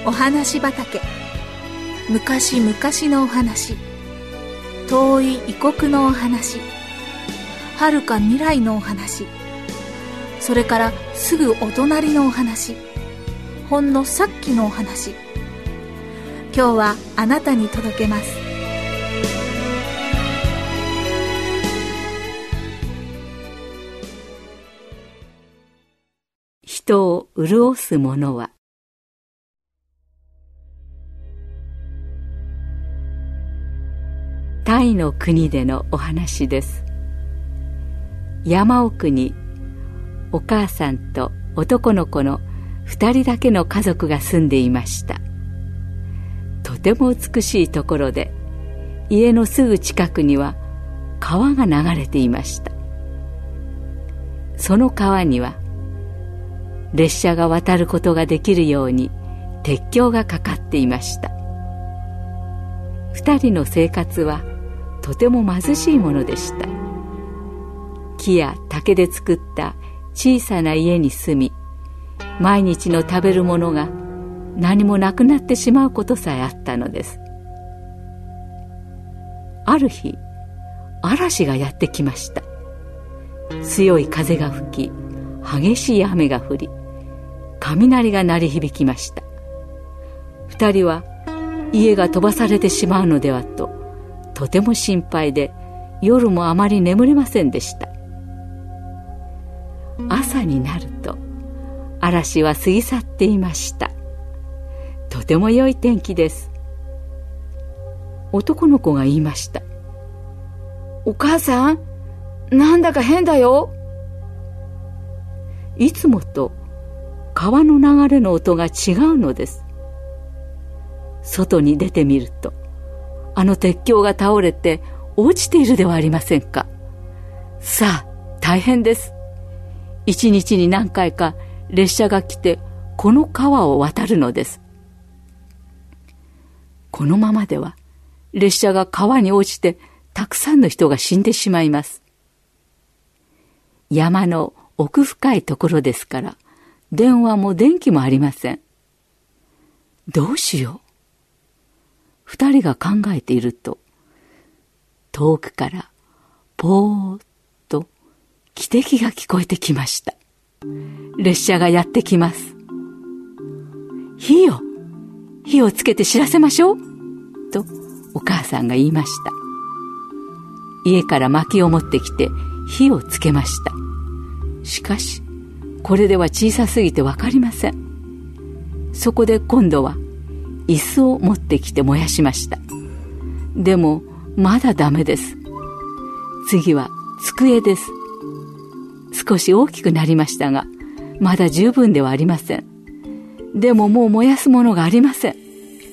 お話畑。昔々のお話、遠い異国のお話、遥か未来のお話、それからすぐお隣のお話、ほんのさっきのお話。今日はあなたに届けます。 人を潤すものは。タイの国でのお話です。山奥にお母さんと男の子の2人だけの家族が住んでいました。とても美しいところで、家のすぐ近くには川が流れていました。その川には列車が渡ることができるように鉄橋がかかっていました。2人の生活はとても貧しいものでした。木や竹で作った小さな家に住み、毎日の食べるものが何もなくなってしまうことさえあったのです。ある日、嵐がやってきました。強い風が吹き、激しい雨が降り、雷が鳴り響きました。2人は家が飛ばされてしまうのではと、とても心配で、夜もあまり眠れませんでした。朝になると嵐は過ぎ去っていました。とても良い天気です。男の子が言いました。お母さん、なんだか変だよ。いつもと川の流れの音が違うのです。外に出てみると、あの鉄橋が倒れて落ちているではありませんか。さあ、大変です。一日に何回か列車が来てこの川を渡るのです。このままでは列車が川に落ちてたくさんの人が死んでしまいます。山の奥深いところですから、電話も電気もありません。どうしよう。2人が考えていると、遠くからポーッと汽笛が聞こえてきました。列車がやってきます。火をつけて知らせましょうとお母さんが言いました。家から薪を持ってきて火をつけました。しかしこれでは小さすぎてわかりません。そこで今度は椅子を持ってきて燃やしました。でもまだダメです。次は机です。少し大きくなりましたが、まだ十分ではありません。でももう燃やすものがありません。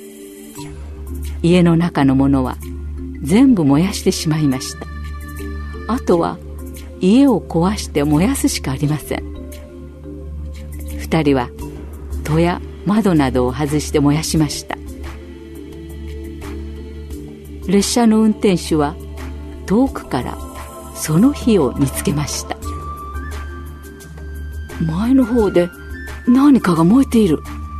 家の中のものは全部燃やしてしまいました。あとは家を壊して燃やすしかありません。2人は戸や窓などを外して燃やしました。列車の運転手は遠くからその火を見つけました。前の方で何かが燃えている。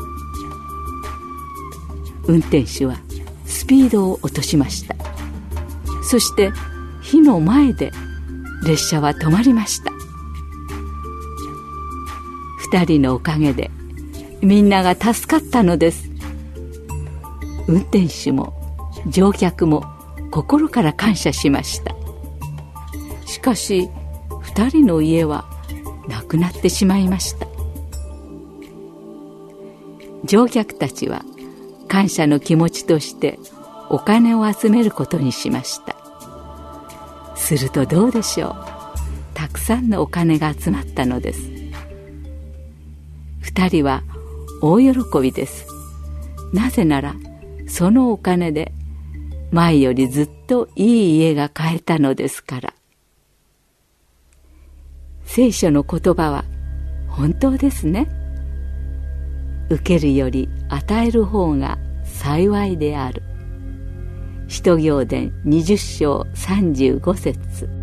運転手はスピードを落としました。そして火の前で列車は止まりました。2人のおかげでみんなが助かったのです。運転手も乗客も心から感謝しました。しかし2人の家はなくなってしまいました。乗客たちは感謝の気持ちとしてお金を集めることにしました。するとどうでしょう。たくさんのお金が集まったのです。2人は大喜びです。なぜならそのお金で前よりずっといい家が買えたのですから。聖書の言葉は本当ですね。受けるより与える方が幸いである。使徒行伝20章35節。